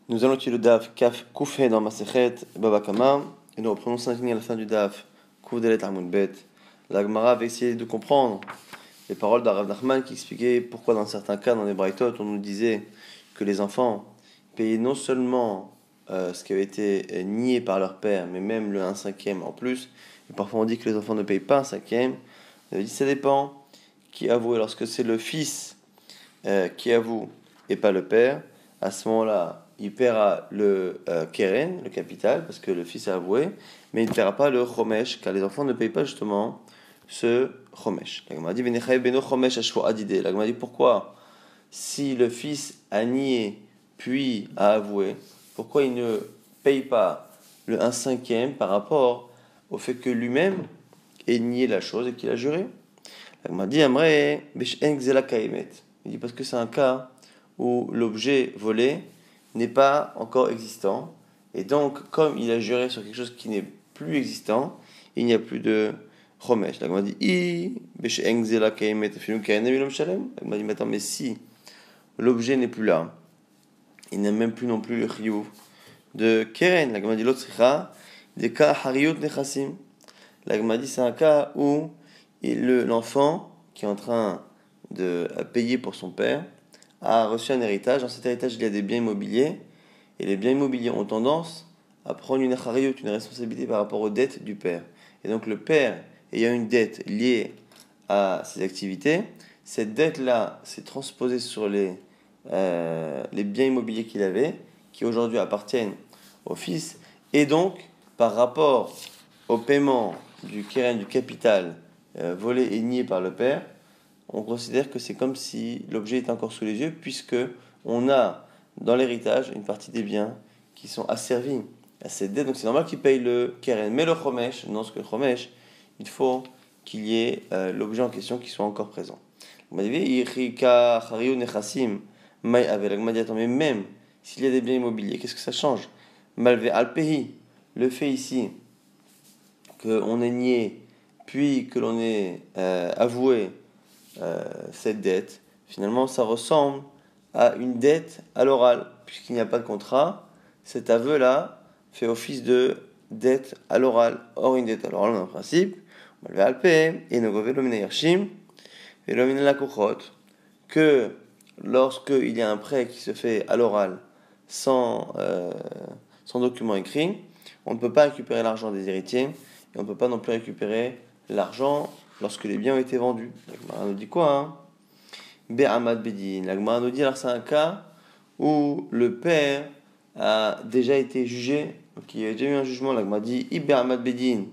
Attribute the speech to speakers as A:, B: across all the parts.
A: Nous allons étudier le DAF Kaf Koufé dans Masechet Baba Kama et nous reprenons 5 lignes à la fin du DAF Kouf Delet Amoun Bet. La Gemara va essayer de comprendre les paroles d'Arav Nachman qui expliquaient pourquoi dans certains cas dans les Braithot on nous disait que les enfants payaient non seulement ce qui avait été nié par leur père mais même le 1/5 en plus, et parfois on dit que les enfants ne payent pas 1/5. On avait dit ça dépend qui avoue. Lorsque c'est le fils qui avoue et pas le père, à ce moment-là, il paiera le keren, le capital, parce que le fils a avoué, mais il ne paiera pas le chomesh, car les enfants ne payent pas justement ce chomesh. La Gemara dit, la Gemara dit pourquoi, si le fils a nié puis a avoué, pourquoi il ne paye pas le 1/5 par rapport au fait que lui-même ait nié la chose et qu'il a juré? La Gemara dit, Amre, Besh'en Gzela Kaemet. Il dit parce que c'est un cas où l'objet volé n'est pas encore existant. Et donc, comme il a juré sur quelque chose qui n'est plus existant, il n'y a plus de chomesh. La Gemara dit, la Gemara dit, mais attends, mais si l'objet n'est plus là, il n'a même plus non plus le chiyuv de keren. La Gemara dit, l'autre des cas hariyot nechasim. La Gemara dit, c'est un cas où l'enfant qui est en train de payer pour son père a reçu un héritage. Dans cet héritage, il y a des biens immobiliers. Et les biens immobiliers ont tendance à prendre une achariyut, une responsabilité par rapport aux dettes du père. Et donc le père, ayant une dette liée à ses activités, cette dette-là s'est transposée sur les biens immobiliers qu'il avait, qui aujourd'hui appartiennent au fils. Et donc, par rapport au paiement du keren, du capital volé et nié par le père, on considère que c'est comme si l'objet était encore sous les yeux, puisque on a dans l'héritage une partie des biens qui sont asservis à cette dette. Donc c'est normal qu'il paye le keren. Mais le chomesh, non, ce que le chomesh, il faut qu'il y ait l'objet en question qui soit encore présent. Mais même s'il y a des biens immobiliers, qu'est-ce que ça change? Malvé alpehi, le fait ici qu'on ait nié, puis que l'on ait avoué cette dette, finalement ça ressemble à une dette à l'oral, puisqu'il n'y a pas de contrat. Cet aveu-là fait office de dette à l'oral. Or, une dette à l'oral, on a un principe, que lorsqu'il y a un prêt qui se fait à l'oral sans document écrit, on ne peut pas récupérer l'argent des héritiers et on ne peut pas non plus récupérer l'argent lorsque les biens ont été vendus. La Gemara nous dit quoi, hein? Be'amad bedin. La Gemara nous dit, alors c'est un cas où le père a déjà été jugé, donc il y a déjà eu un jugement. La Gemara dit, Be'amad bedin.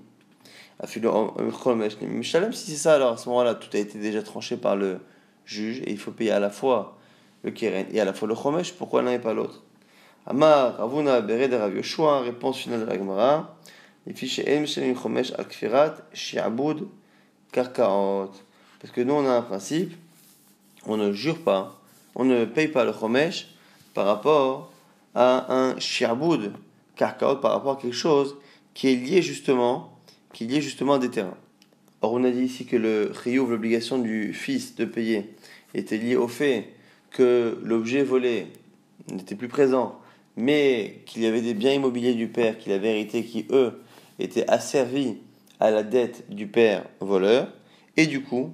A: Si c'est ça, alors à ce moment-là, tout a été déjà tranché par le juge et il faut payer à la fois le keren et à la fois le chomesh. Pourquoi l'un et pas l'autre? Amar, Ravuna, Bered, Rav Yoshua, réponse finale de la Gemara. Les fichiers M, Shelim, Chomesh, Al-Kfirat, Shi'abud, Karkaot. Parce que nous, on a un principe, on ne jure pas, on ne paye pas le Chomesh par rapport à un Shi'abud, Karkaot, par rapport à quelque chose qui est lié justement à des terrains. Or, on a dit ici que le chiyuv, l'obligation du fils de payer, était liée au fait que l'objet volé n'était plus présent, mais qu'il y avait des biens immobiliers du père qu'il avait hérités qui, eux, étaient asservis à la dette du père voleur. Et du coup,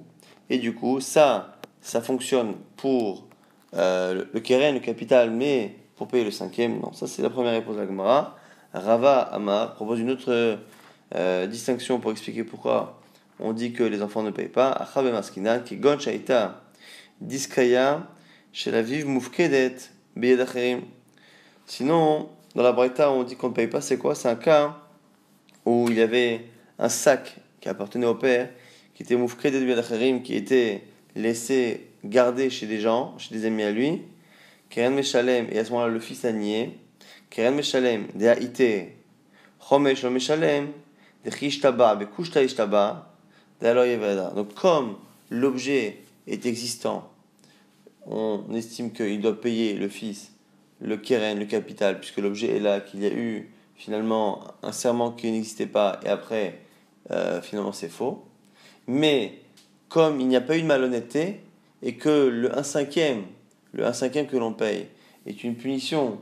A: ça fonctionne pour le keren, le capital, mais pour payer le 5e, non. Ça, c'est la première réponse de la Gemara. Rava Amar propose une autre distinction pour expliquer pourquoi on dit que les enfants ne payent pas. Achabe Maskinan, qui gon shaita diskaya chez la vive mufkedet beyed acherim. Sinon, dans la Braïta, on dit qu'on ne paye pas, c'est quoi? C'est un cas où il y avait un sac qui appartenait au père, qui était mufkedet beyed acherim, qui était laissé garder chez des gens, chez des amis à lui. Keren Meshalem, et à ce moment-là, le fils a nié. Keren Meshalem, de Haïté, Chomesh lo Meshalem, de Chishtaba, Bekushta Ishtaba, de Alo Yevada. Donc, comme l'objet est existant, on estime qu'il doit payer le fils, le keren, le capital, puisque l'objet est là, qu'il y a eu finalement un serment qui n'existait pas, et après, finalement, c'est faux. Mais, comme il n'y a pas eu de malhonnêteté, et que le 1/5 que l'on paye est une punition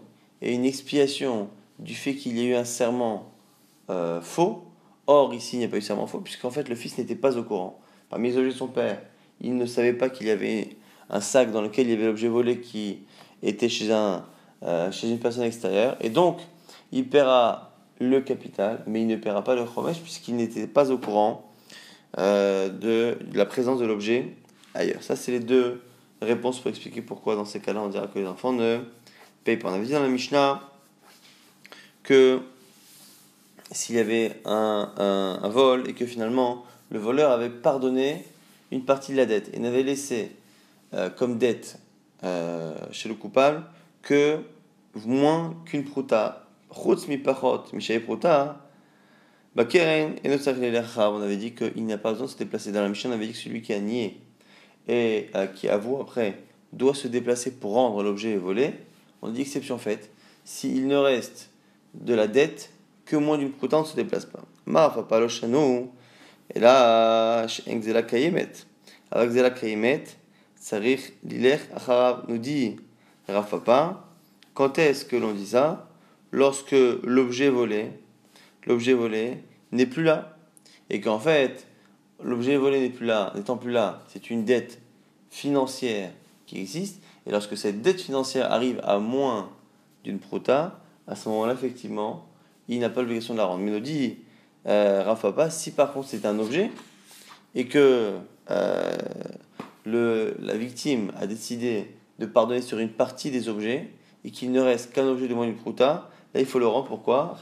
A: et une expiation du fait qu'il y ait eu un serment faux. Or, ici, il n'y a pas eu serment faux, puisqu'en fait, le fils n'était pas au courant. Parmi les objets de son père, il ne savait pas qu'il y avait un sac dans lequel il y avait l'objet volé qui était chez une personne extérieure. Et donc, il paiera le capital, mais il ne paiera pas le chomesh, puisqu'il n'était pas au courant de la présence de l'objet ailleurs. Ça, c'est les deux réponses pour expliquer pourquoi, dans ces cas-là, on dira que les enfants ne payent pas. On avait dit dans la Mishnah que s'il y avait un vol et que finalement le voleur avait pardonné une partie de la dette et n'avait laissé comme dette chez le coupable que moins qu'une prouta, chutz mi pachot mi prouta, bakeren et on avait dit qu'il n'y a pas besoin de se déplacer dans la Mishnah. On avait dit que celui qui a nié et qui avoue après doit se déplacer pour rendre l'objet volé. On dit exception faite s'il ne reste de la dette que moins d'une prouta, on ne se déplace pas. Marfa paloshanu, et là, Engzela Kayemet. Avec Zela Kayemet, Sarich Lilech Acharav nous dit Rafapa, quand est-ce que l'on dit ça? Lorsque l'objet volé n'est plus là. Et qu'en fait, l'objet volé n'étant plus là, c'est une dette financière qui existe. Et lorsque cette dette financière arrive à moins d'une prouta, à ce moment-là, effectivement, il n'a pas l'obligation de la rendre. Mais nous dit Rafapa, si par contre c'est un objet et que la victime a décidé de pardonner sur une partie des objets et qu'il ne reste qu'un objet de moins d'une prouta, là il faut le rendre. Pourquoi?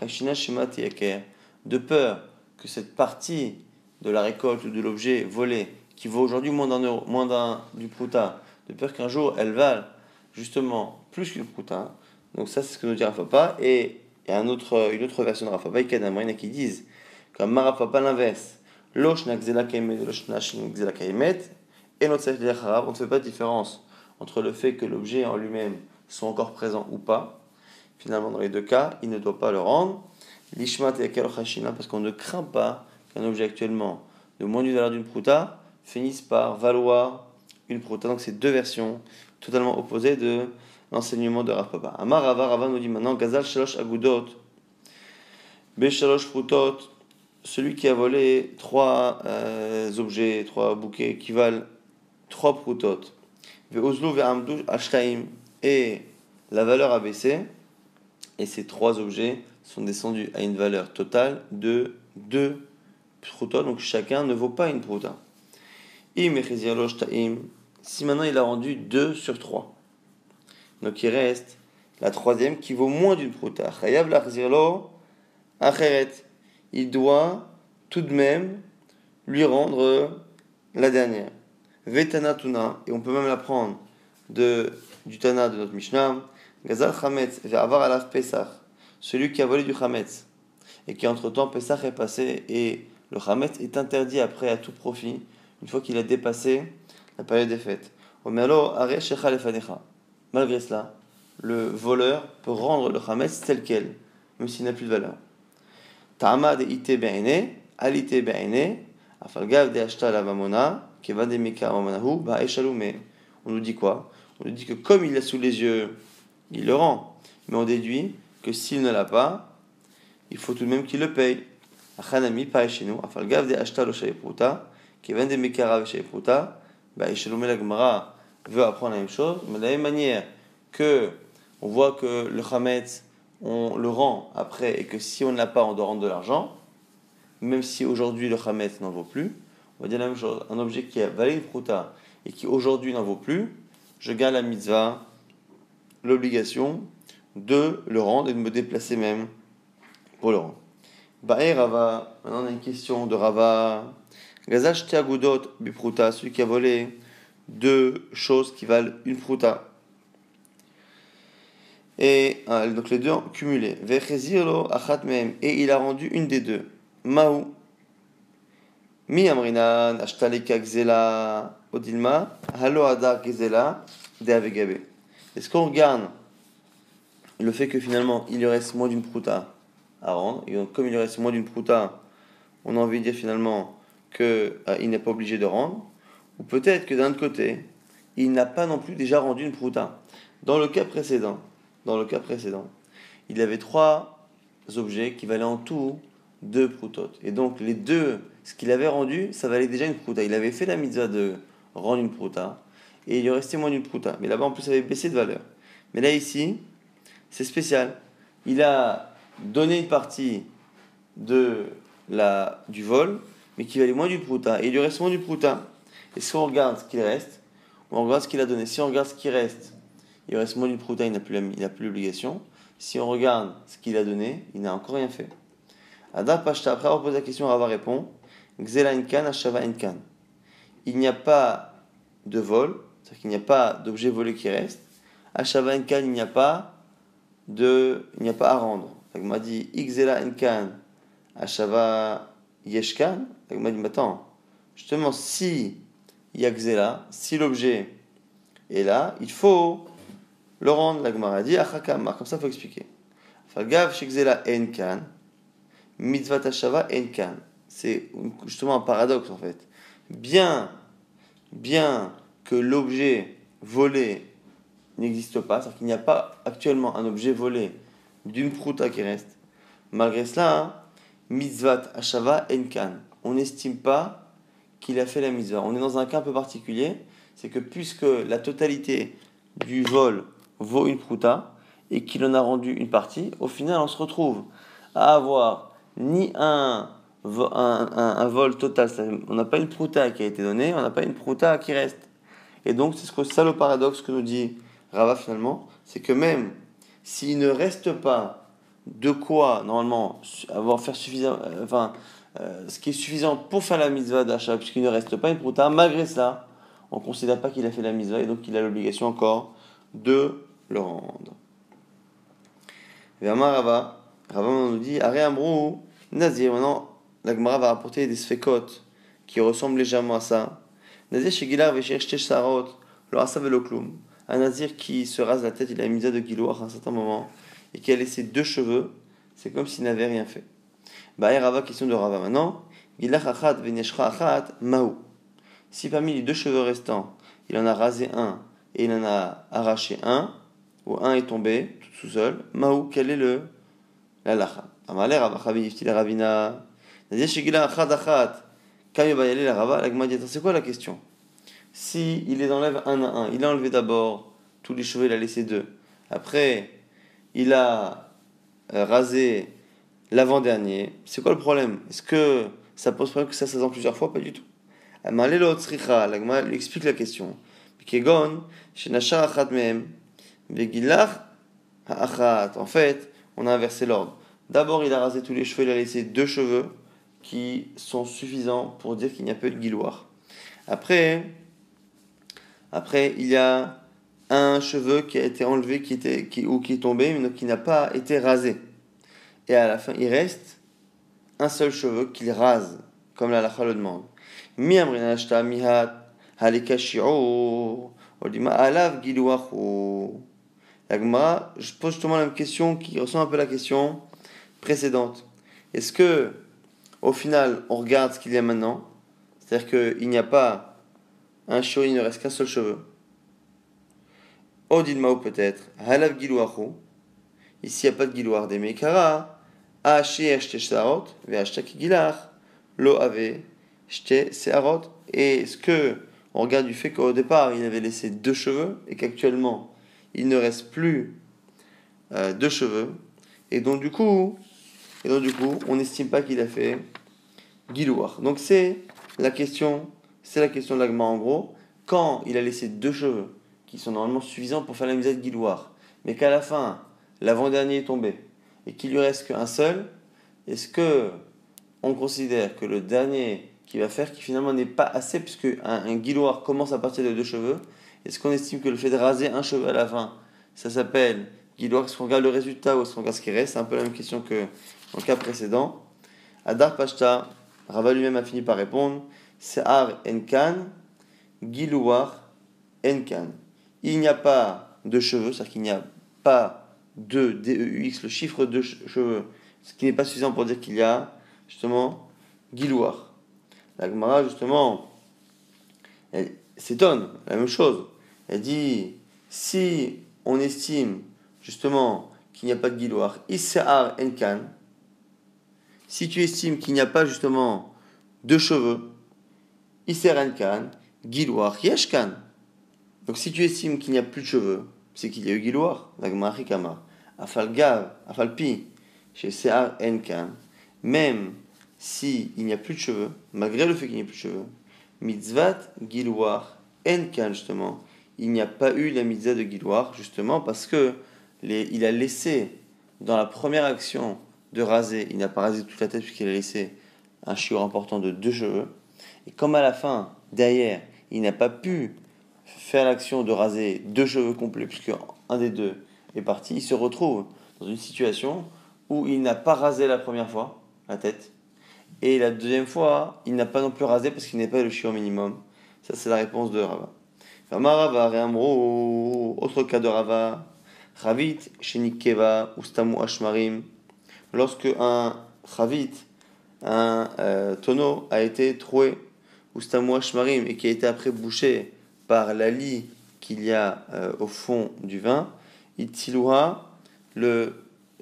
A: De peur que cette partie de la récolte ou de l'objet volé, qui vaut aujourd'hui moins d'une prouta, de peur qu'un jour elle vale justement plus qu'une prouta. Donc ça c'est ce que nous dit Rafapa. Et il y a une autre version de Rafapa, il y en a qui disent comme Rafapa l'inverse. Losh nakzela kaimet, losh nakzela kaimet, et notre sèche on ne fait pas de différence entre le fait que l'objet en lui-même soit encore présent ou pas. Finalement, dans les deux cas, il ne doit pas le rendre. L'ishmat et khashina, parce qu'on ne craint pas qu'un objet actuellement de moins d'une valeur d'une prouta finisse par valoir une prouta. Donc, c'est deux versions totalement opposées de l'enseignement de Rav Papa. Amar Rava nous dit maintenant Gazal Shalosh Agudot, Beshalosh Proutot, celui qui a volé trois objets, trois bouquets qui valent trois proutot, Ve'ozlu ve'amdu ashtaim, et la valeur a baissé, et ces trois objets sont descendus à une valeur totale de 2 proutot, donc chacun ne vaut pas une prouta. Im echizirlosh ta'im, si maintenant il a rendu 2 sur 3, donc il reste la troisième qui vaut moins d'une prouta. Chayav lachzirlo acheret, il doit tout de même lui rendre la dernière. Vetana tuna, et on peut même l'apprendre du Tana de notre Mishnah. Gazal chametz ve'avar alav pesach, celui qui a volé du chametz et qui entre-temps pesach est passé et le chametz est interdit après à tout profit une fois qu'il a dépassé la période des fêtes. Malgré cela, le voleur peut rendre le chametz tel quel, même s'il n'a plus de valeur. Ta'amad ite be'ene, alite be'ene, afalgav de ashta la mamona, keva de mika mamonahu, ba eshalume. On nous dit quoi? On nous dit que comme il l'a sous les yeux, il le rend. Mais on déduit que s'il ne l'a pas, il faut tout de même qu'il le paye. Achanami, pas chez nous, afalgav de ashta lo shaipruta, keva de mika rav shaipruta, ba eshalume. La Gemara veut apprendre la même chose, mais de la même manière que on voit que le chametz, on le rend après, et que si on ne l'a pas, on doit rendre de l'argent, même si aujourd'hui le chametz n'en vaut plus, on va dire la même chose. Un objet qui a valé une prouta et qui aujourd'hui n'en vaut plus, je garde la mitzvah, l'obligation de le rendre et de me déplacer même pour le rendre. Ba'e Rava, maintenant on a une question de Rava. Gazal shte agudot biprouta, celui qui a volé 2 choses qui valent une prouta. Et donc les deux cumulés. Vechezirlo achat mehem, et il a rendu une des deux. Mahu. Mi amrinan ashtaleka gzela odilma halo adar gzela de avegabe. Est-ce qu'on regarde le fait que finalement il lui reste moins d'une prouta à rendre, et donc comme il lui reste moins d'une prouta, on a envie de dire finalement qu'il n'est pas obligé de rendre, ou peut-être que d'un autre côté, il n'a pas non plus déjà rendu une prouta. Dans le cas précédent, il avait 3 objets qui valaient en tout 2 proutot. Et donc, les deux, ce qu'il avait rendu, ça valait déjà une prouta. Il avait fait la mitzvah de rendre une prouta, et il lui restait moins d'une prouta. Mais là-bas, en plus, ça avait baissé de valeur. Mais là, ici, c'est spécial. Il a donné une partie du vol, mais qui valait moins d'une prouta. Et il lui reste moins d'une prouta. Et si on regarde ce qu'il reste, on regarde ce qu'il a donné. Si on regarde ce qui reste, il reste moins d'une prouta, il n'a plus l'obligation. Si on regarde ce qu'il a donné, il n'a encore rien fait. Adar Pashta, après avoir posé la question, Rava répond Gzela Enkan, Ashava Enkan. Il n'y a pas de vol, c'est-à-dire qu'il n'y a pas d'objet volé qui reste. Ashava Enkan, il n'y a pas à rendre. Donc, il m'a dit Gzela Enkan, Ashava Yeshkan. Donc, il m'a dit mais attends, justement, si il y a Gzela, si l'objet est là, il faut le rendre. La Gemara dit Achakamar, comme ça il faut expliquer. Falgav Shekzela Enkan. Mitzvah Tashava Enkan. C'est justement un paradoxe en fait. Bien que l'objet volé n'existe pas, c'est-à-dire qu'il n'y a pas actuellement un objet volé d'une prouta qui reste, malgré cela, Mitzvah Ashava Enkan. On n'estime pas qu'il a fait la mitzvah. On est dans un cas un peu particulier, c'est que puisque la totalité du vol vaut une prouta et qu'il en a rendu une partie, au final on se retrouve à avoir ni un vol total, on n'a pas une prouta qui a été donnée, on n'a pas une prouta qui reste. Et donc c'est ça le paradoxe que nous dit Rava finalement, c'est que même s'il ne reste pas de quoi normalement faire suffisant, ce qui est suffisant pour faire la mitzvah d'achat, puisqu'il ne reste pas une prouta, malgré cela, on ne considère pas qu'il a fait la mitzvah et donc il a l'obligation encore de le rendre. Verma Rava nous dit Aré Amrou Nazir. Maintenant, la Gemara va rapporter des sfekot qui ressemblent légèrement à ça. Nazir Shegilar Veshir Shtesh Sarot, le Asav Eloklum. Un Nazir qui se rase la tête, il a une mitzvah de Gilouar à un certain moment, et qui a laissé 2 cheveux, c'est comme s'il n'avait rien fait. Bah, Rava, question de Rava maintenant. Gilach Achat Veneshra Achat Maou. Si parmi les 2 cheveux restants, il en a rasé un et il en a arraché un, ou un est tombé tout seul, Maou, quel est le l'alacha? Amalé Ravachavi Yiftile Ravina. Nazir Shigila Achat Achat. Quand il va y aller, la Rava, la Gemara dit c'est quoi la question? Si il les enlève un à un, il a enlevé d'abord tous les cheveux, il a laissé 2. Après, il a rasé l'avant-dernier. C'est quoi le problème? Est-ce que ça pose problème que ça s'assemble plusieurs fois? Pas du tout. Amalé l'autre Sricha, la Gemara lui explique la question. Kegon, Shenashar Achat Mehem, Vegilach Achat. En fait, on a inversé l'ordre. D'abord, il a rasé tous les cheveux, il a laissé 2 cheveux qui sont suffisants pour dire qu'il n'y a pas eu de guiloire. Après, il y a un cheveu qui a été enlevé, qui est tombé, mais qui n'a pas été rasé. Et à la fin, il reste un seul cheveu qu'il rase, comme la halakha le demande. Mi amrinashta mihat halekashi'o, odima alav giluachu. La Gemara, je pose justement la même question qui ressemble un peu à la question précédente. Est-ce que, au final, on regarde ce qu'il y a maintenant, c'est-à-dire qu'il n'y a pas un cheveu, il ne reste qu'un seul cheveu. Odilmao peut-être, halav giluachu. Ici, il n'y a pas de gilouar des mekara. Haché acheté sarot, ve hashtaki gilach, lo ave, shte searot. Et est-ce que on regarde du fait qu'au départ, il avait laissé 2 cheveux et qu'actuellement, il ne reste plus 2 cheveux. Et donc, du coup, on n'estime pas qu'il a fait gilouar. Donc, c'est la question de l'agma en gros. Quand il a laissé 2 cheveux, qui sont normalement suffisants pour faire la misère de gilouar, mais qu'à la fin, l'avant-dernier est tombé, et qu'il lui reste qu'un seul, est-ce que on considère que le dernier qui va faire, qui finalement n'est pas assez, puisque un guiloir commence à partir de 2 cheveux, est-ce qu'on estime que le fait de raser un cheveu à la fin, ça s'appelle guiloir? Est-ce qu'on regarde le résultat ou est-ce qu'on regarde ce qui reste? C'est un peu la même question que dans le cas précédent. Adar Pashta, Rava lui-même a fini par répondre, Se'ar Enkan, Gilouar Enkan. Il n'y a pas de cheveux, c'est-à-dire qu'il n'y a pas de DEUX, le chiffre de cheveux, ce qui n'est pas suffisant pour dire qu'il y a justement Gilouar. La Gemara justement elle s'étonne, la même chose. Elle dit si on estime justement qu'il n'y a pas de gilouar, Isse'ar enkan, si tu estimes qu'il n'y a pas justement de cheveux, Isse'ar enkan, gilouar, yeshkan. Donc si tu estimes qu'il n'y a plus de cheveux, c'est qu'il y a eu gilouar, l'agmar hikama, afal gav, afal pi, chez Se'ar enkan, même s'il n'y a plus de cheveux, malgré le fait qu'il n'y ait plus de cheveux, mitzvat gilouar enkan justement, il n'y a pas eu la mitzvah de gilouar justement parce que il a laissé dans la première action de raser, il n'a pas rasé toute la tête puisqu'il a laissé un chiot important de 2 cheveux, et comme à la fin, derrière, il n'a pas pu faire l'action de raser 2 cheveux complets puisque un des deux est parti, il se retrouve dans une situation où il n'a pas rasé la première fois la tête et la deuxième fois il n'a pas non plus rasé parce qu'il n'est pas le chiot minimum. Ça c'est la réponse de Rava. Rava Réamro, autre cas de Rava, Chavit Shenikeva ou Stamu Ashmarim, lorsque un Chavit, un tonneau a été troué ou Stamu Ashmarim et qui a été après bouché par la lie qu'il y a au fond du vin, Itziluha, le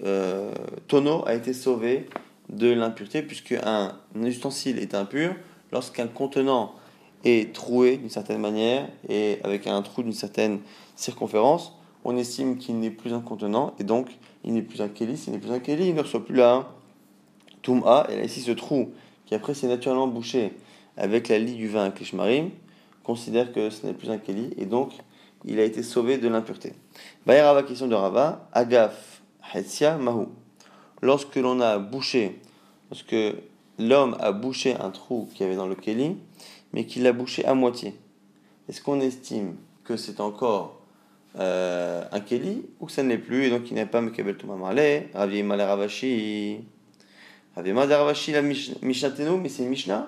A: tonneau a été sauvé de l'impureté, puisque un ustensile est impur lorsqu'un contenant est troué d'une certaine manière et avec un trou d'une certaine circonférence, on estime qu'il n'est plus un contenant et donc il n'est plus un kéli. S'il n'est plus un kéli, il ne reçoit plus la Toum'a. Et là, ici, ce trou qui après s'est naturellement bouché avec la lie du vin avec les shmarim, considère que ce n'est plus un kéli et donc il a été sauvé de l'impureté. Bayer Rava, question de Rava, Agaf Hetsia Mahu. Lorsque l'on a bouché, lorsque l'homme a bouché un trou qu'il y avait dans le kéli, mais qu'il l'a bouché à moitié, est-ce qu'on estime que c'est encore un kéli ou que ça ne l'est plus et donc il n'est pas Mekabel Touma Marle, Ravi Malé Ravashi, Ravi Malé Ravashi, la Mishnah Tenu, mais c'est une Mishnah.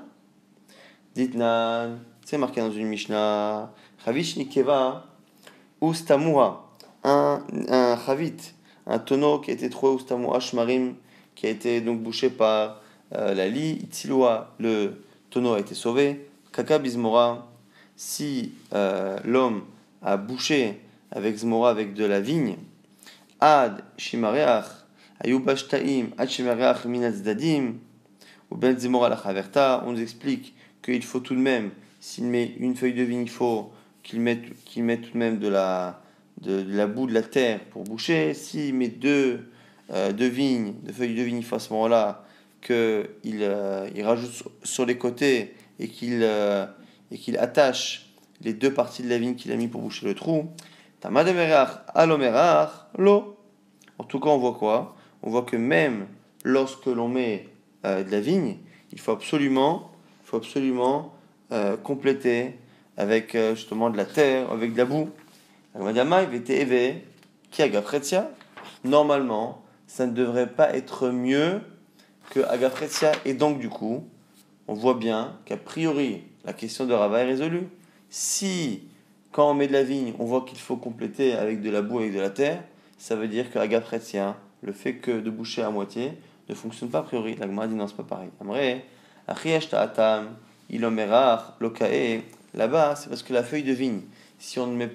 A: Ditnan, c'est marqué dans une Mishnah, Chavish Nikeva, ou Stamuha, un Chavit, un tonneau qui a été trouvé, ou Stamuha Shmarim, qui a été donc bouché par la lie, Itzilua, le tonneau a été sauvé, Kaka Bizmora, si l'homme a bouché avec Zmora, avec de la vigne, Ad Shimareach, Ayubashtaim, Ad Shimareach Minazdadim, ou Ben Zmora la Chaverta, on nous explique qu'il faut tout de même, s'il met une feuille de vigne, il faut qu'il mette tout de même de la boue, de la terre pour boucher. S'il met deux feuilles de vigne, il faut à ce moment-là qu'il rajoute sur les côtés et qu'il attache les 2 parties de la vigne qu'il a mis pour boucher le trou. Tamademerach alomerach lo. En tout cas, on voit quoi? On voit que même lorsque l'on met de la vigne, il faut absolument compléter avec justement de la terre, avec de la boue. Normalement, ça ne devrait pas être mieux que Agafretia. Et donc, du coup, on voit bien qu'a priori, la question de Rava est résolue. Si, quand on met de la vigne, on voit qu'il faut compléter avec de la boue, avec de la terre, ça veut dire que Agafretia, le fait que de boucher à moitié, ne fonctionne pas a priori. La Gemara dit non, c'est pas pareil. Amré, Achiyesh ta'atam, ilomerach, lokae. Là-bas, c'est parce que la feuille de vigne, si on ne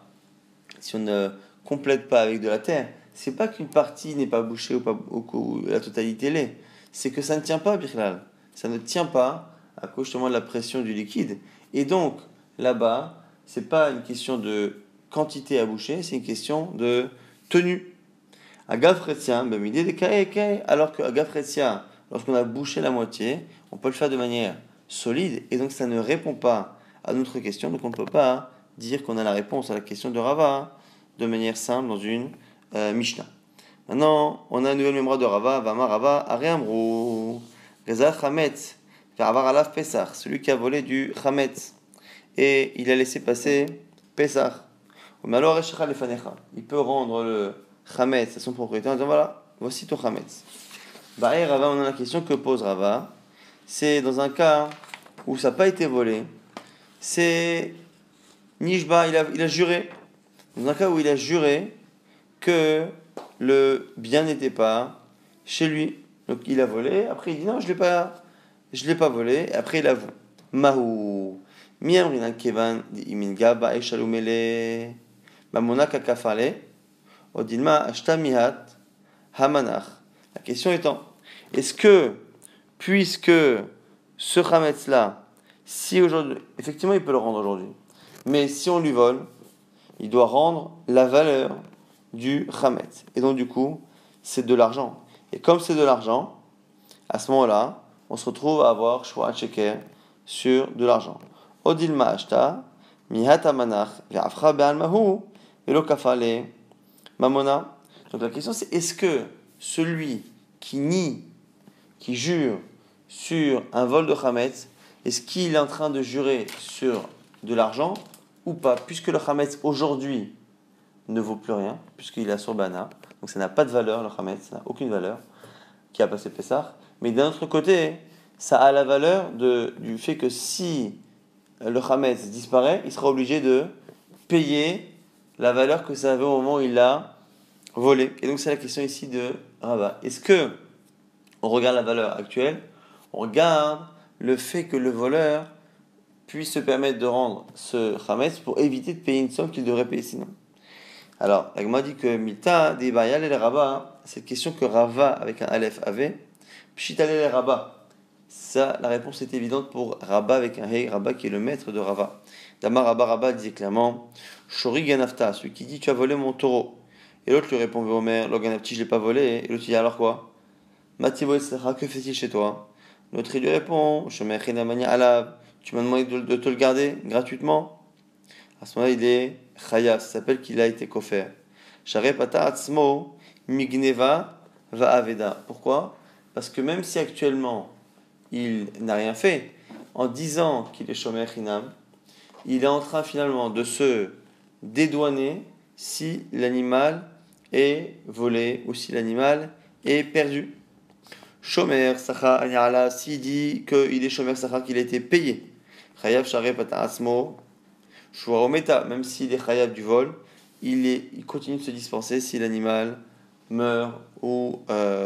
A: complète pas avec de la terre, c'est pas qu'une partie n'est pas bouchée ou la totalité l'est. C'est que ça ne tient pas, Birlal. Ça ne tient pas à cause justement de la pression du liquide. Et donc, là-bas, c'est pas une question de quantité à boucher, c'est une question de tenue. Agafretia, ben idée des kae, alors que agafretia, lorsqu'on a bouché la moitié, on peut le faire de manière solide, et donc ça ne répond pas à notre question, donc on ne peut pas dire qu'on a la réponse à la question de Rava de manière simple dans une Mishnah. Maintenant, on a une nouvelle mémoire de Rava, Vama Rava, Areamrou, Gazal Chametz, Varavar Alaf Pesach, celui qui a volé du Chametz, et il a laissé passer Pesach. Il peut rendre le Chametz à son propriétaire en disant voilà, voici ton Chametz. Bah, Rava, on a la question que pose Rava, c'est dans un cas où ça n'a pas été volé, c'est Nishba, il a juré. Dans un cas où il a juré que le bien n'était pas chez lui. Donc il a volé, après il dit non, je l'ai pas volé, et après il avoue. Mahou. Miamrinan kevan iminga ba eshalumele mamona kakafale Odilma ashta mihat hamanach. La question étant, est-ce que, puisque ce chametz-là, si aujourd'hui, effectivement il peut le rendre aujourd'hui, mais si on lui vole, il doit rendre la valeur du chametz. Et donc du coup, c'est de l'argent. Et comme c'est de l'argent, à ce moment-là, on se retrouve à avoir shvoat sheker sur de l'argent. Odilma ashta mihat hamanach ve'afra be'almahu velo kafale mamona. Donc la question c'est, est-ce que celui qui nie, qui jure sur un vol de chametz, est-ce qu'il est en train de jurer sur de l'argent ou pas, puisque le chametz aujourd'hui ne vaut plus rien, puisqu'il est sur Bana, donc ça n'a pas de valeur, le chametz, ça n'a aucune valeur, qui a passé Pessah. Mais d'un autre côté, ça a la valeur du fait que si le chametz disparaît, il sera obligé de payer la valeur que ça avait au moment où il l'a volé. Et donc c'est la question ici de Rava. Est-ce que on regarde la valeur actuelle, on regarde le fait que le voleur puisse se permettre de rendre ce chametz pour éviter de payer une somme qu'il devrait payer sinon. Alors, la Gemara dit que Mita des Bayal et les Rabba, cette question que Rava avec un Aleph avait, Pshitale les Rabba. Ça, la réponse est évidente pour Rabba avec un Hey, Rabba qui est le maître de Rava. Damar Rabba disait clairement, Shori Ganafta, celui qui dit tu as volé mon taureau. Et l'autre lui répond Omer, Loganafti, je l'ai pas volé. Et l'autre dit alors quoi? Mativo Etzlecha, que fait-il chez toi? L'autre lui répond, Shomer Chinamania Alav, tu m'as demandé de te le garder gratuitement. À ce moment-là, il est Chayav, ça s'appelle qu'il a été kofer. Share Pata Atzmo, Migneva, Va Aveda. Pourquoi? Parce que même si actuellement il n'a rien fait, en disant qu'il est Shomer Chinam, il est en train finalement de se dédouaner si l'animal est volé ou si l'animal est perdu. Shomer Sacha Anyala, s'il dit qu'il est Shomer Sacha, qu'il a été payé. Chayav Share Pata Atzmo, Shwarometa, même s'il est Chayav du vol, il continue de se dispenser si l'animal meurt ou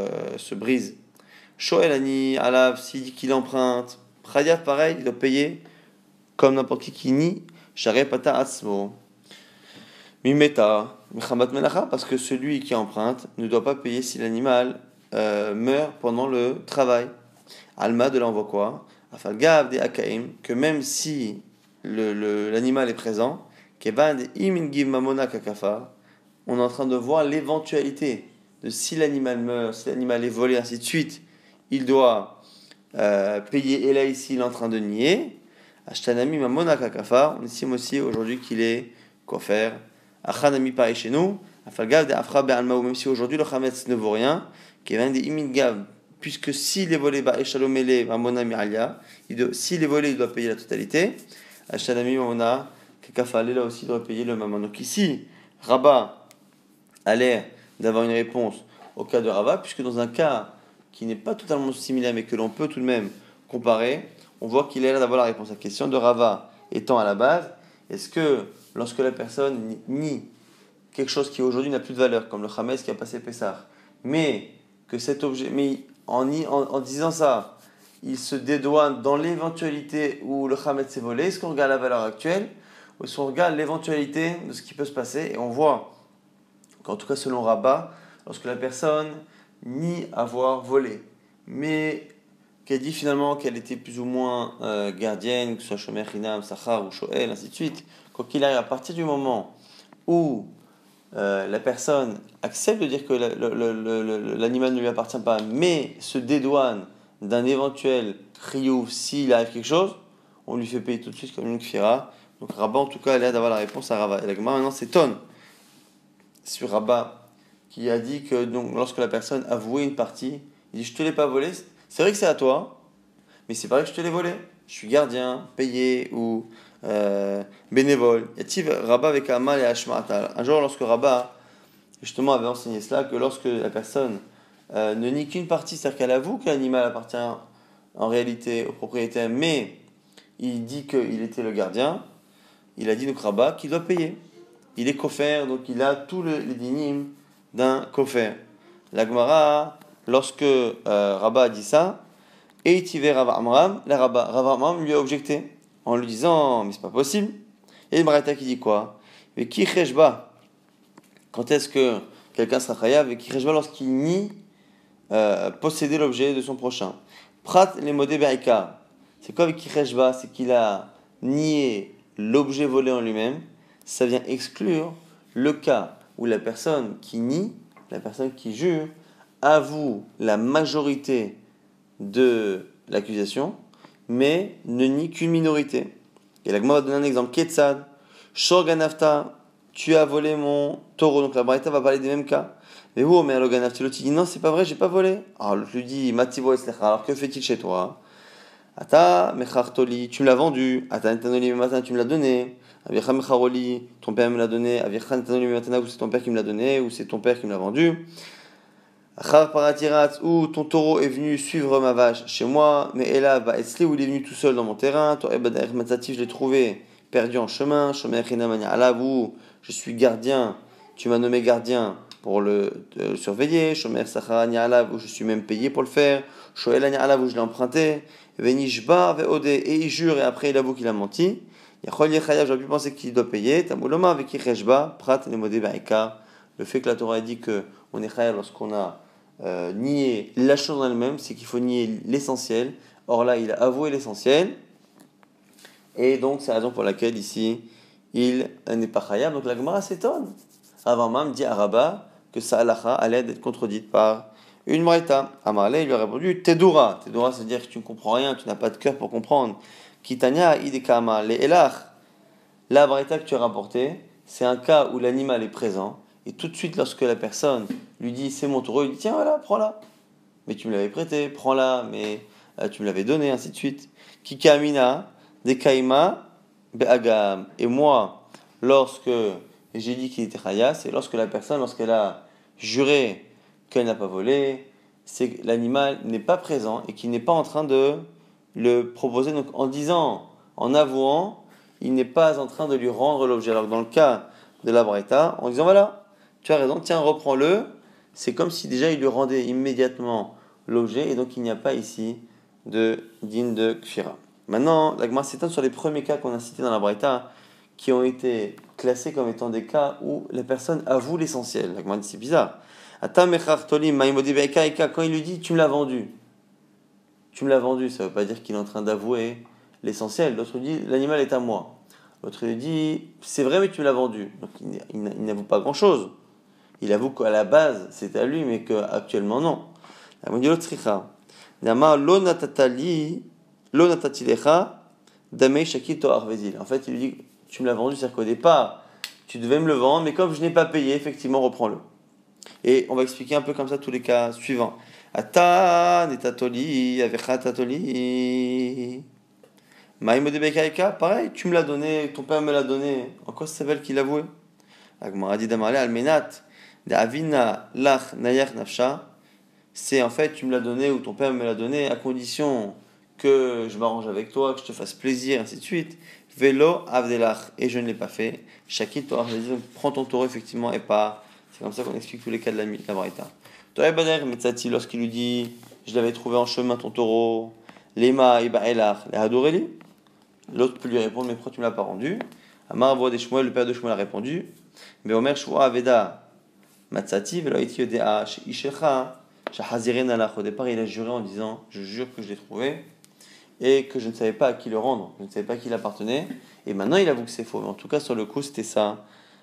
A: se brise. Shoel Ani Alav, s'il dit qu'il emprunte, Chayav pareil, il doit payer comme n'importe qui nie, Share Pata Atzmo. Mimeta, Mechamat Melacha, parce que celui qui emprunte ne doit pas payer si l'animal meurt pendant le travail. Alma de l'envoi quoi? Afalgav de Akaim, que même si l'animal est présent, Keban Imin Giv Mamona Kakafa, on est en train de voir l'éventualité de si l'animal meurt, si l'animal est volé, ainsi de suite, il doit payer, et là ici il est en train de nier. Ashtanami Mamona Kakafa, on estime aussi aujourd'hui qu'il est kofer. Achanami pareil chez nous, Afalgav de Afra Be'alma, même si aujourd'hui le Chametz ne vaut rien, Keban de Imin Gav, puisque s'il est volé, s'il est volé, il doit payer la totalité. Ashtanami Mamona Kakafale, là aussi, il doit payer le maman. Donc ici, Rabat a l'air d'avoir une réponse au cas de Rabat, puisque dans un cas qui n'est pas totalement similaire, mais que l'on peut tout de même comparer, on voit qu'il a l'air d'avoir la réponse à la question de Rabat étant à la base, est-ce que lorsque la personne nie quelque chose qui aujourd'hui n'a plus de valeur, comme le Chametz qui a passé Pessah, mais que cet objet, mais en disant ça, il se dédouane dans l'éventualité où le Chametz s'est volé, est-ce qu'on regarde la valeur actuelle, ou est-ce qu'on regarde l'éventualité de ce qui peut se passer, et on voit qu'en tout cas selon Rabat, lorsque la personne nie avoir volé, mais qu'elle dit finalement qu'elle était plus ou moins gardienne, que ce soit Shomer Chinam, Sachar ou Shoel, ainsi de suite, quoi qu'il arrive, à partir du moment où la personne accepte de dire que l'animal ne lui appartient pas, mais se dédouane d'un éventuel chiyuv s'il arrive quelque chose, on lui fait payer tout de suite comme une kfira. Donc Rabat en tout cas a l'air d'avoir la réponse à Rava. Et la Gemara maintenant s'étonne sur Rabat qui a dit que donc, lorsque la personne a voué une partie, il dit je te l'ai pas volé, c'est vrai que c'est à toi, mais c'est pas vrai que je te l'ai volé. Je suis gardien, payé ou bénévole. Y a Rabat avec Amal et Hashma'atal. Un jour, lorsque Rabat justement avait enseigné cela, que lorsque la personne ne nie qu'une partie, c'est-à-dire qu'elle avoue que l'animal appartient en réalité au propriétaire, mais il dit qu'il était le gardien, il a dit donc Rabat qu'il doit payer. Il est kofer, donc il a tous les dinim d'un kofer. La Gemara, lorsque Rabat a dit ça, et Itivé Rav Amram, Rav Amram lui a objecté en lui disant mais c'est pas possible. Et le Braïta qui dit quoi? Mais qui cheshba? Quand est-ce que quelqu'un sera chayav et kireshba lorsqu'il nie posséder l'objet de son prochain. Prat les modé be'ikar. C'est quoi avec kireshba? C'est qu'il a nié l'objet volé en lui-même. Ça vient exclure le cas où la personne qui nie, la personne qui jure, avoue la majorité de l'accusation, mais ne nie qu'une minorité. Et la Gemara va donner un exemple. Ketzad, Shor ganafta, tu as volé mon taureau. Donc la Braïta va parler des mêmes cas. Mais où, mais alors ganafta, l'autre dit non, c'est pas vrai, j'ai pas volé. Alors l'autre lui dit, Mativo eslecha, alors que fait-il chez toi? Ata mechartoli, tu me l'as vendu. Ata netanoli matin, tu me l'as donné. Avircha mecharoli, ton père me l'a donné. Avircha netanoli matana, ou c'est ton père qui me l'a donné, ou c'est ton père qui me l'a vendu. Achar paratirat, ou ton taureau est venu suivre ma vache chez moi, mais Ela va esli, où il est venu tout seul dans mon terrain. Toi, Ebadaer Matzatif, je l'ai trouvé perdu en chemin. Shomer Chinamania, Allah, où je suis gardien, tu m'as nommé gardien pour le surveiller. Shomer Sacharania, Allah, où je suis même payé pour le faire. Shoelania, Allah, où je l'ai emprunté. Venishba, Veode, et il jure, et après il avoue qu'il a menti. Yachol Yechayav, j'aurais pu penser qu'il doit payer. Tamuloma, avec Yecheshba, Prat, Nemodé, Baïka. Le fait que la Torah a dit qu'on est chayav lorsqu'on a nier la chose en elle-même, c'est qu'il faut nier l'essentiel. Or là, il a avoué l'essentiel. Et donc, c'est la raison pour laquelle ici, il n'est pas chayav. Donc la Gemara s'étonne. Avant même dit à Rabat que sa halakha allait être contredite par une Braïta. Amarle, il lui a répondu Tedura. Tedura, ça veut dire que tu ne comprends rien, tu n'as pas de cœur pour comprendre. Kitania, idekama, le elach. La Braïta que tu as rapportée, c'est un cas où l'animal est présent. Et tout de suite, lorsque la personne lui dit c'est mon taureau, il dit tiens, voilà, prends-la. Mais tu me l'avais prêté, prends-la, mais tu me l'avais donné, ainsi de suite. Kikamina, dekaima, be'agam. Et moi, lorsque j'ai dit qu'il était chaya, c'est lorsque la personne, lorsqu'elle a juré qu'elle n'a pas volé, c'est que l'animal n'est pas présent et qu'il n'est pas en train de le proposer. Donc en disant, en avouant, il n'est pas en train de lui rendre l'objet. Alors dans le cas de la Braïta, en disant voilà, tu as raison, tiens, reprends-le. C'est comme si déjà il lui rendait immédiatement l'objet, et donc il n'y a pas ici de digne de kfira. Maintenant, la Gemara s'étonne sur les premiers cas qu'on a cités dans la Braïta, qui ont été classés comme étant des cas où la personne avoue l'essentiel. La Gemara dit c'est bizarre. Quand il lui dit tu me l'as vendu, ça ne veut pas dire qu'il est en train d'avouer l'essentiel. L'autre dit l'animal est à moi. L'autre lui dit c'est vrai mais tu me l'as vendu. Donc il n'avoue pas grand-chose. Il avoue qu'à la base, c'était à lui, mais qu'actuellement, non. En fait, il lui dit, tu me l'as vendu, c'est-à-dire qu'au départ, tu devais me le vendre, mais comme je n'ai pas payé, effectivement, reprends-le. Et on va expliquer un peu comme ça tous les cas suivants. Atan et tatoli, avecha tatoli. Maïmo de bekaïka, pareil, tu me l'as donné, ton père me l'a donné. En quoi ça s'appelle qu'il avouait? Agmara dit d'amarle almenat. Avina lach nayach nafsha, c'est en fait tu me l'as donné ou ton père me l'a donné à condition que je m'arrange avec toi, que je te fasse plaisir, ainsi de suite. Velo avdelach, et je ne l'ai pas fait. Shakit Torah, je dis donc prends ton taureau effectivement et pas. C'est comme ça qu'on explique tous les cas de la Braïta. Torah Bader Metzati, lorsqu'il lui dit je l'avais trouvé en chemin ton taureau, Lema iba elach, le hadoreli. L'autre peut lui répondre mais pourquoi tu ne me l'as pas rendu? Amar voit des Shmuel, le père de Shmuel a répondu. Mais Omer Shua Aveda. Matzati veloiti yodea sheishecha shahaziren alach. Au départ, il a juré en disant je jure que je l'ai trouvé et que je ne savais pas à qui le rendre, je ne savais pas à qui il appartenait. Et maintenant, il avoue que c'est faux. Mais en tout cas, sur le coup, c'était ça,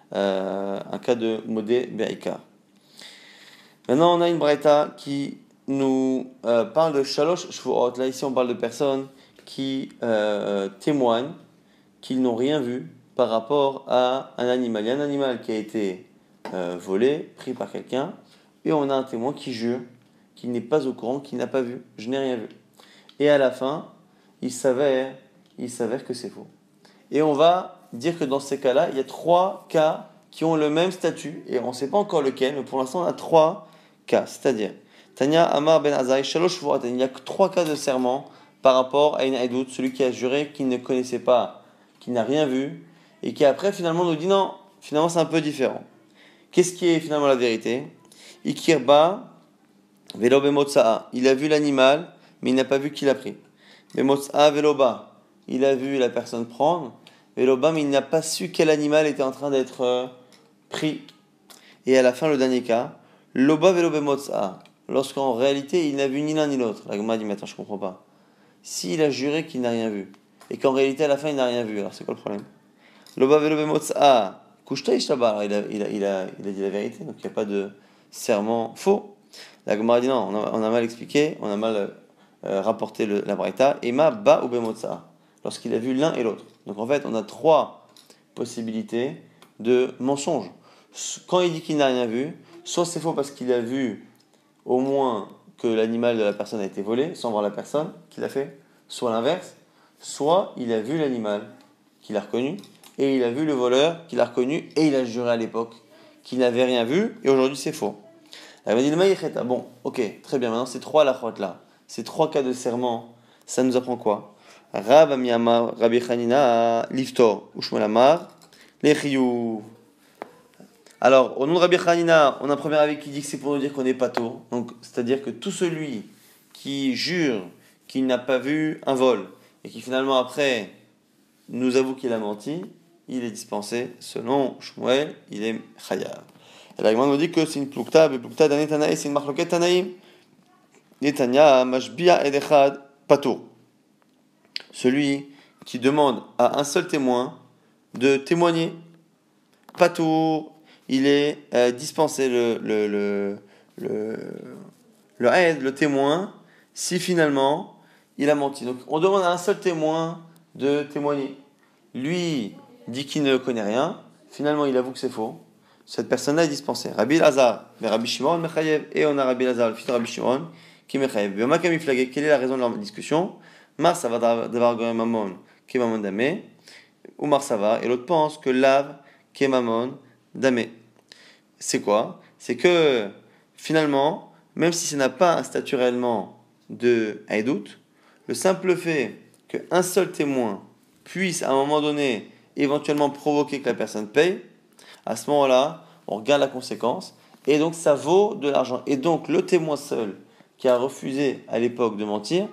A: un cas de modé be'ikar. Maintenant, on a une braïta qui nous parle de shalosh shvuot. Là, ici, on parle de personnes qui témoignent qu'ils n'ont rien vu par rapport à un animal. Il y a un animal qui a été volé, pris par quelqu'un, et on a un témoin qui jure qu'il n'est pas au courant, qu'il n'a pas vu, je n'ai rien vu. Et à la fin, il s'avère que c'est faux. Et on va dire que dans ces cas-là, il y a 3 cas qui ont le même statut, et on ne sait pas encore lequel, mais pour l'instant on a 3 cas, c'est-à-dire Tanya Amar Ben Azai Shalosh Vurat, il n'y a que 3 cas de serment par rapport à une Aïdout, celui qui a juré qu'il ne connaissait pas, qui n'a rien vu, et qui après finalement nous dit non, finalement c'est un peu différent. Qu'est-ce qui est finalement la vérité? Ikirba velo bemotsa'a. Il a vu l'animal, mais il n'a pas vu qui l'a pris. Bemotsa'a veloba. Il a vu la personne prendre. Veloba, mais il n'a pas su quel animal était en train d'être pris. Et à la fin, le dernier cas, loba velo bemotza, lorsqu'en réalité, il n'a vu ni l'un ni l'autre. La Gemara dit, mais attends, je comprends pas. S'il a juré qu'il n'a rien vu, et qu'en réalité, à la fin, il n'a rien vu, alors c'est quoi le problème? Loba velo bemotza, kushta ishtabar, il a dit la vérité, donc il n'y a pas de serment faux. La Gemara dit, non, on a mal expliqué, on a mal rapporté la braïta, ema ba ou bemotza, lorsqu'il a vu l'un et l'autre. Donc en fait, on a trois possibilités de mensonge. Quand il dit qu'il n'a rien vu, soit c'est faux parce qu'il a vu au moins que l'animal de la personne a été volé, sans voir la personne qui l'a fait, soit l'inverse, soit il a vu l'animal qu'il a reconnu, et il a vu le voleur qu'il a reconnu, et il a juré à l'époque qu'il n'avait rien vu, et aujourd'hui c'est faux. Elle m'a dit, bon, ok, très bien, maintenant ces trois lachotes là, ces trois cas de serment, ça nous apprend quoi? Rab Amiyama, Rabbi Chanina, Liftor, Ushmol Amar, Lechiyuv. Alors, au nom de Rabbi Hanina, on a un premier avis qui dit que c'est pour nous dire qu'on n'est pas tôt. Donc, c'est-à-dire que tout celui qui jure qu'il n'a pas vu un vol et qui finalement après nous avoue qu'il a menti, il est dispensé. Selon Shmuel, il est chayav. Et la Gemara nous dit que c'est une plukta d'Anetanaï, c'est une marloquette Tanaïm. Netanya mashbia edechad pato. Celui qui demande à un seul témoin de témoigner. Patour, il est dispensé le témoin, si finalement il a menti. Donc on demande à un seul témoin de témoigner. Lui dit qu'il ne connaît rien, finalement il avoue que c'est faux. Cette personne-là est dispensée. Rabbi Lazar, Rabbi Shimon, Mechayev, et on a Rabbi Lazar, le fils de Rabbi Shimon, qui Mechayev. Quelle est la raison de leur discussion? Mar ça va d'avoir Mamon, qui est Mamon Damé, ou Mar ça va, et l'autre pense que Lav, qui est Mamon Damé. C'est quoi? C'est que finalement, même si ça n'a pas un statut réellement de Haïdout, le simple fait qu'un seul témoin puisse à un moment donné éventuellement provoquer que la personne paye, à ce moment-là, on regarde la conséquence, et donc ça vaut de l'argent. Et donc le témoin seul qui a refusé à l'époque de mentir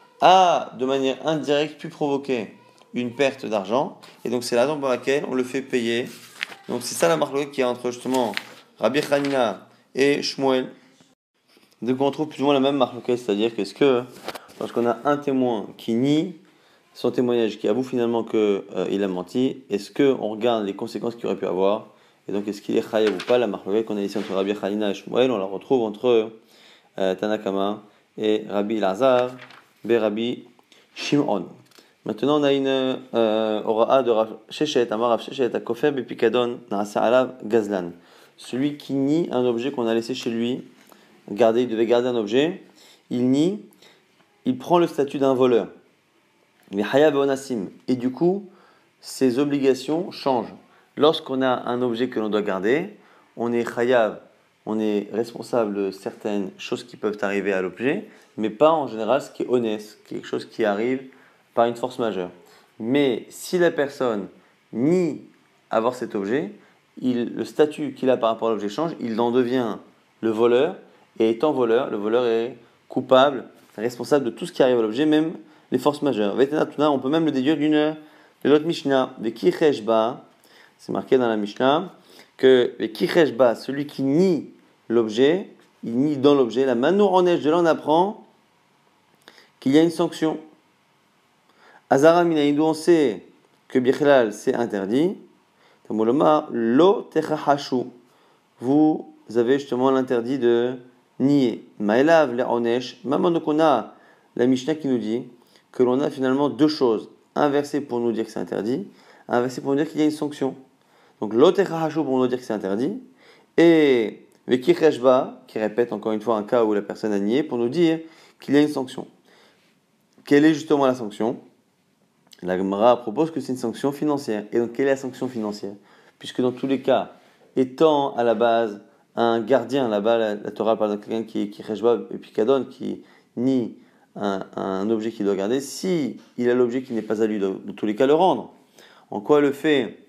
A: a de manière indirecte pu provoquer une perte d'argent, et donc c'est la raison pour laquelle on le fait payer. Donc c'est ça la marque qui est entre justement Rabbi Hanina et Shmuel. Donc on trouve plus ou moins la même marque, c'est-à-dire qu'est-ce que lorsqu'on a un témoin qui nie son témoignage, qui avoue finalement qu'il a menti, est-ce qu'on regarde les conséquences qu'il aurait pu avoir, et donc est-ce qu'il est chayav ou pas? La marque qu'on a ici entre Rabbi Hanina et Shmuel, on la retrouve entre Tanakama et Rabbi Lazar et Rabbi Shimon. Maintenant, on a une ora'a de Rav Sheshet, Amar Rav Sheshet, à Kofer Bepikadon, Naasa Alav Gazlan. Celui qui nie un objet qu'on a laissé chez lui, il devait garder un objet, il nie, il prend le statut d'un voleur. Mais Hayav Onassim. Et du coup, ses obligations changent. Lorsqu'on a un objet que l'on doit garder, on est Hayav, on est responsable de certaines choses qui peuvent arriver à l'objet, mais pas en général ce qui est honnête, quelque chose qui arrive par une force majeure. Mais si la personne nie avoir cet objet, le statut qu'il a par rapport à l'objet change, il en devient le voleur, et étant voleur, le voleur est coupable, responsable de tout ce qui arrive à l'objet, même les forces majeures. On peut même le déduire de l'autre Mishnah, de Kicheshba, c'est marqué dans la Mishnah, que Kicheshba, celui qui nie l'objet, il nie dans l'objet, la mano en neige, de là on apprend qu'il y a une sanction. Azara Minaïdou, on sait que Bichlal c'est interdit. Tamoloma, lo techahashu. Vous avez justement l'interdit de nier. Maëlav le onesh. Maman, donc on a la Mishnah qui nous dit que l'on a finalement deux choses. Un verset pour nous dire que c'est interdit, un verset pour nous dire qu'il y a une sanction. Donc lo techahashu pour nous dire que c'est interdit. Et le kicheshba, qui répète encore une fois un cas où la personne a nié, pour nous dire qu'il y a une sanction. Quelle est justement la sanction? La Gemara propose que c'est une sanction financière. Et donc, quelle est la sanction financière? Puisque dans tous les cas, étant à la base un gardien, là-bas, la Torah parle de quelqu'un qui rejba et pikadon, qui nie un objet qu'il doit garder, si il a l'objet qui n'est pas à lui, dans tous les cas, le rendre. En quoi le fait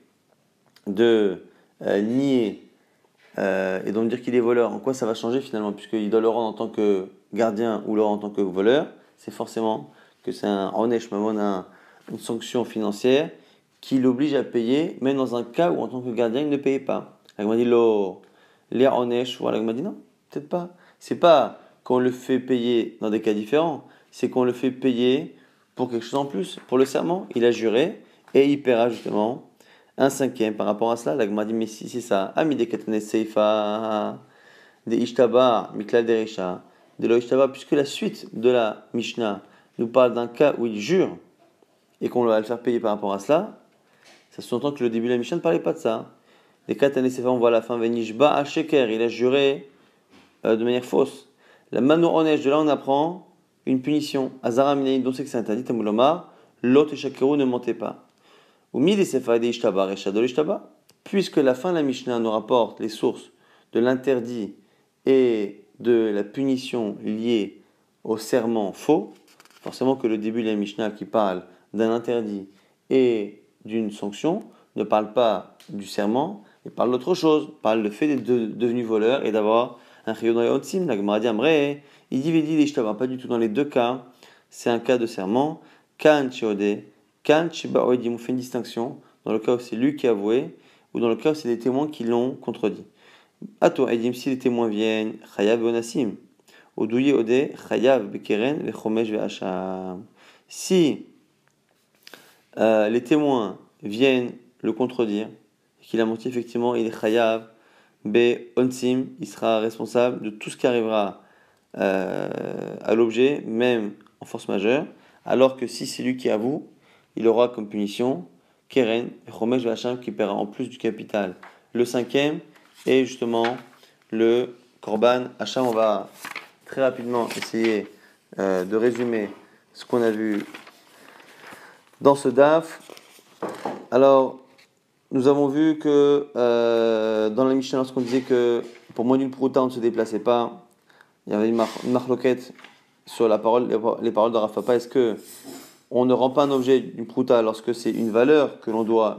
A: de nier et donc dire qu'il est voleur, en quoi ça va changer finalement? Puisqu'il doit le rendre en tant que gardien ou le rendre en tant que voleur, c'est forcément que c'est un onesh mamon, une sanction financière qui l'oblige à payer, même dans un cas où en tant que gardien il ne payait pas. Il m'a dit les onesh, voilà, m'a dit non, peut-être pas. C'est pas qu'on le fait payer dans des cas différents, c'est qu'on le fait payer pour quelque chose en plus. Pour le serment, il a juré et il paiera justement un cinquième par rapport à cela. La Gemara dit mais si c'est ça, Amide Katane Seifa, des Ishtaba, Miklal Derecha, de lo Ishtaba, puisque la suite de la Mishnah nous parle d'un cas où il jure et qu'on va le faire payer par rapport à cela, ça sous-entend que le début de la Mishnah ne parlait pas de ça. Les Katane Seifa, on voit à la fin, Venishba à Sheker, il a juré de manière fausse. La Mano Onesh, de là on apprend une punition. Azara Minaïd, dont c'est que c'est interdit, Tamoulomar, l'autre Shakeru ne mentez pas. Ou Mide Sefa de Ishtaba, Recha de l'Ishtaba, puisque la fin de la Mishnah nous rapporte les sources de l'interdit et de la punition liée au serment faux, forcément que le début de la Mishnah qui parle d'un interdit et d'une sanction ne parle pas du serment, il parle d'autre chose, parle le fait d'être devenu voleur et d'avoir un chiyuv yotsim. La Gemara dit Amré, il dit Vedi l'Ishtaba, pas du tout dans les deux cas, c'est un cas de serment, Kan Chiode, Kan Chiba Oedim, on fait une distinction dans le cas où c'est lui qui a avoué ou dans le cas où c'est des témoins qui l'ont contredit. Ato Edim, si les témoins viennent, Chayav Onassim. Odouye Ode, Chayav Bekeren, Vechomesh Ve'asham. Si les témoins viennent le contredire, et qu'il a menti effectivement, il est Chayav Onsim, il sera responsable de tout ce qui arrivera à l'objet, même en force majeure, alors que si c'est lui qui avoue, il aura comme punition Keren, Chomesh Ve'asham, qui paiera en plus du capital le cinquième, et justement le Korban Hacham. On va très rapidement essayer de résumer ce qu'on a vu dans ce DAF. Alors, nous avons vu que dans la Mishnah, lorsqu'on disait que pour moins d'une prouta, on ne se déplaçait pas, il y avait une marloquette sur les paroles de Rav Papa. Est-ce que on ne rend pas un objet d'une prouta lorsque c'est une valeur que l'on doit,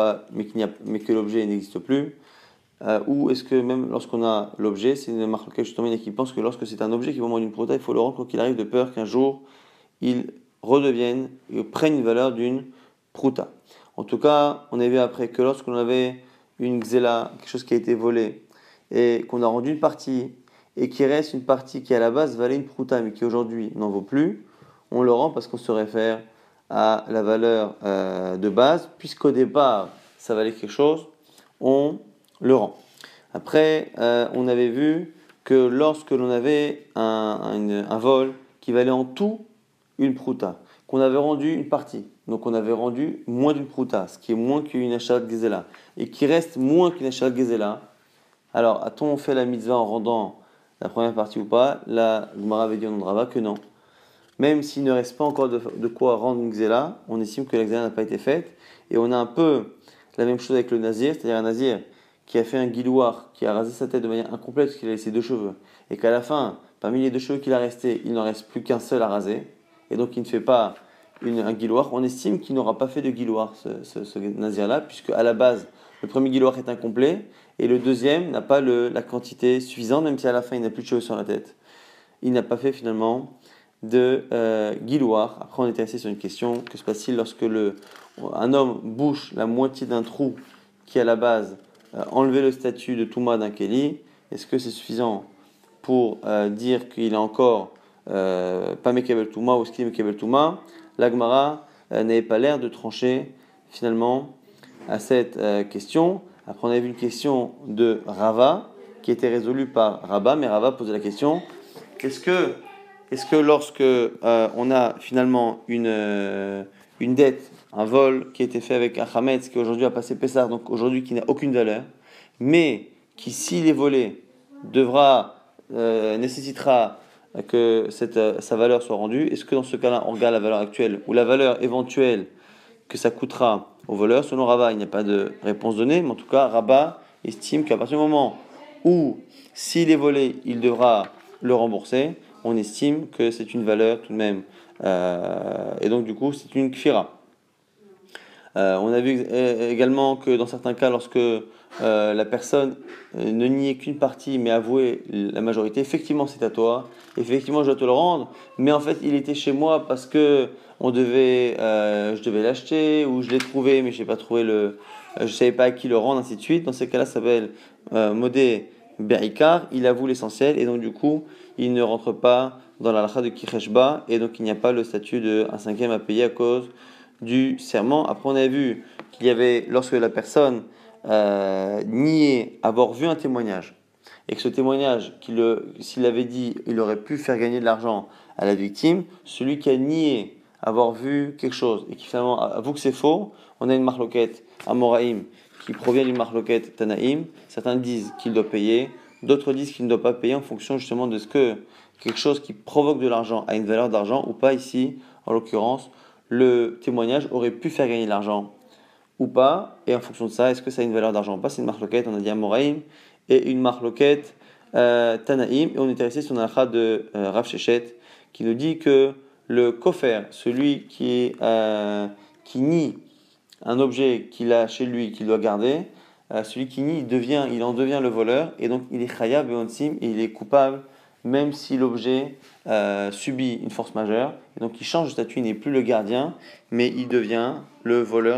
A: mais que l'objet n'existe plus, ou est-ce que même lorsqu'on a l'objet, c'est une marloquette justement qui pense que lorsque c'est un objet qui vaut moins d'une prouta, il faut le rendre quoi qu'il arrive, de peur qu'un jour il redevienne et prenne une valeur d'une prouta. En tout cas, on a vu après que lorsqu'on avait une xéla, quelque chose qui a été volé, et qu'on a rendu une partie, et qu'il reste une partie qui à la base valait une prouta, mais qui aujourd'hui n'en vaut plus, on le rend parce qu'on se réfère à la valeur de base, puisqu'au départ ça valait quelque chose, on le rend. Après, on avait vu que lorsque l'on avait un vol qui valait en tout une prouta, qu'on avait rendu une partie, donc on avait rendu moins d'une prouta, ce qui est moins qu'une achat gezela, et qui reste moins qu'une achat gezela. Alors, a-t-on fait la mitzvah en rendant la première partie ou pas? La Gemara avait dit en Andrava que non. Même s'il ne reste pas encore de quoi rendre une xéla, on estime que la xéla n'a pas été faite, et on a un peu la même chose avec le nazir, c'est-à-dire un nazir qui a fait un guiloir, qui a rasé sa tête de manière incomplète parce qu'il a laissé 2 cheveux, et qu'à la fin, parmi les 2 cheveux qu'il a restés, il n'en reste plus qu'un seul à raser, et donc il ne fait pas un guiloir, on estime qu'il n'aura pas fait de guiloir, ce nazir-là, puisque à la base, le premier guiloir est incomplet, et le deuxième n'a pas la quantité suffisante, même si à la fin il n'a plus de cheveux sur la tête. Il n'a pas fait finalement de guiloir. Après, on était resté sur une question, que se passe-t-il lorsque un homme bouche la moitié d'un trou qui à la base enlevait le statut de Touma d'un Kéli? Est-ce que c'est suffisant pour dire qu'il est encore pas Mekabel Touma ou est-ce qu'il est Mekabel Touma? La Gemara n'avait pas l'air de trancher finalement à cette question. Après, on avait vu une question de Rava qui était résolue par Rabba, mais Rava posait la question est-ce que lorsque on a finalement une dette, un vol qui a été fait avec un Hametz qui aujourd'hui a passé Pessah, donc aujourd'hui qui n'a aucune valeur, mais qui s'il est volé nécessitera que sa valeur soit rendue, est-ce que dans ce cas-là on regarde la valeur actuelle ou la valeur éventuelle que ça coûtera au voleur? Selon Rabat, il n'y a pas de réponse donnée, mais en tout cas Rabat estime qu'à partir du moment où s'il est volé, il devra le rembourser, on estime que c'est une valeur tout de même. Et donc du coup, c'est une kfira. On a vu également que dans certains cas, lorsque la personne ne niait qu'une partie, mais avouait la majorité, effectivement c'est à toi, effectivement je dois te le rendre, mais en fait il était chez moi parce que je devais l'acheter, ou je l'ai trouvé, mais je n'ai pas trouvé je savais pas à qui le rendre, ainsi de suite. Dans ces cas-là, ça s'appelle modé Be'ikar, il avoue l'essentiel, et donc du coup, il ne rentre pas dans la halakha de Kicheshba, et donc il n'y a pas le statut de un cinquième à payer à cause du serment. Après, on a vu qu'il y avait, lorsque la personne niait avoir vu un témoignage, et que ce témoignage, s'il avait dit, il aurait pu faire gagner de l'argent à la victime, celui qui a nié avoir vu quelque chose, et qui finalement avoue que c'est faux, on a une marloquette Amoraïm, qui provient d'une marloquette Tanaïm. Certains disent qu'il doit payer, d'autres disent qu'il ne doit pas payer en fonction justement de ce que quelque chose qui provoque de l'argent a une valeur d'argent ou pas. Ici, en l'occurrence, le témoignage aurait pu faire gagner de l'argent ou pas, et en fonction de ça, est-ce que ça a une valeur d'argent ou pas. C'est une marloquette, on a dit Amoraïm, et une marloquette Tanaïm, et on est resté sur un de Rav Shechet, qui nous dit que le kofer, celui qui nie un objet qu'il a chez lui, qu'il doit garder, celui qui nie, il en devient le voleur, et donc il est chayab et onsim, et il est coupable, même si l'objet subit une force majeure, et donc il change de statut, il n'est plus le gardien, mais il devient le voleur.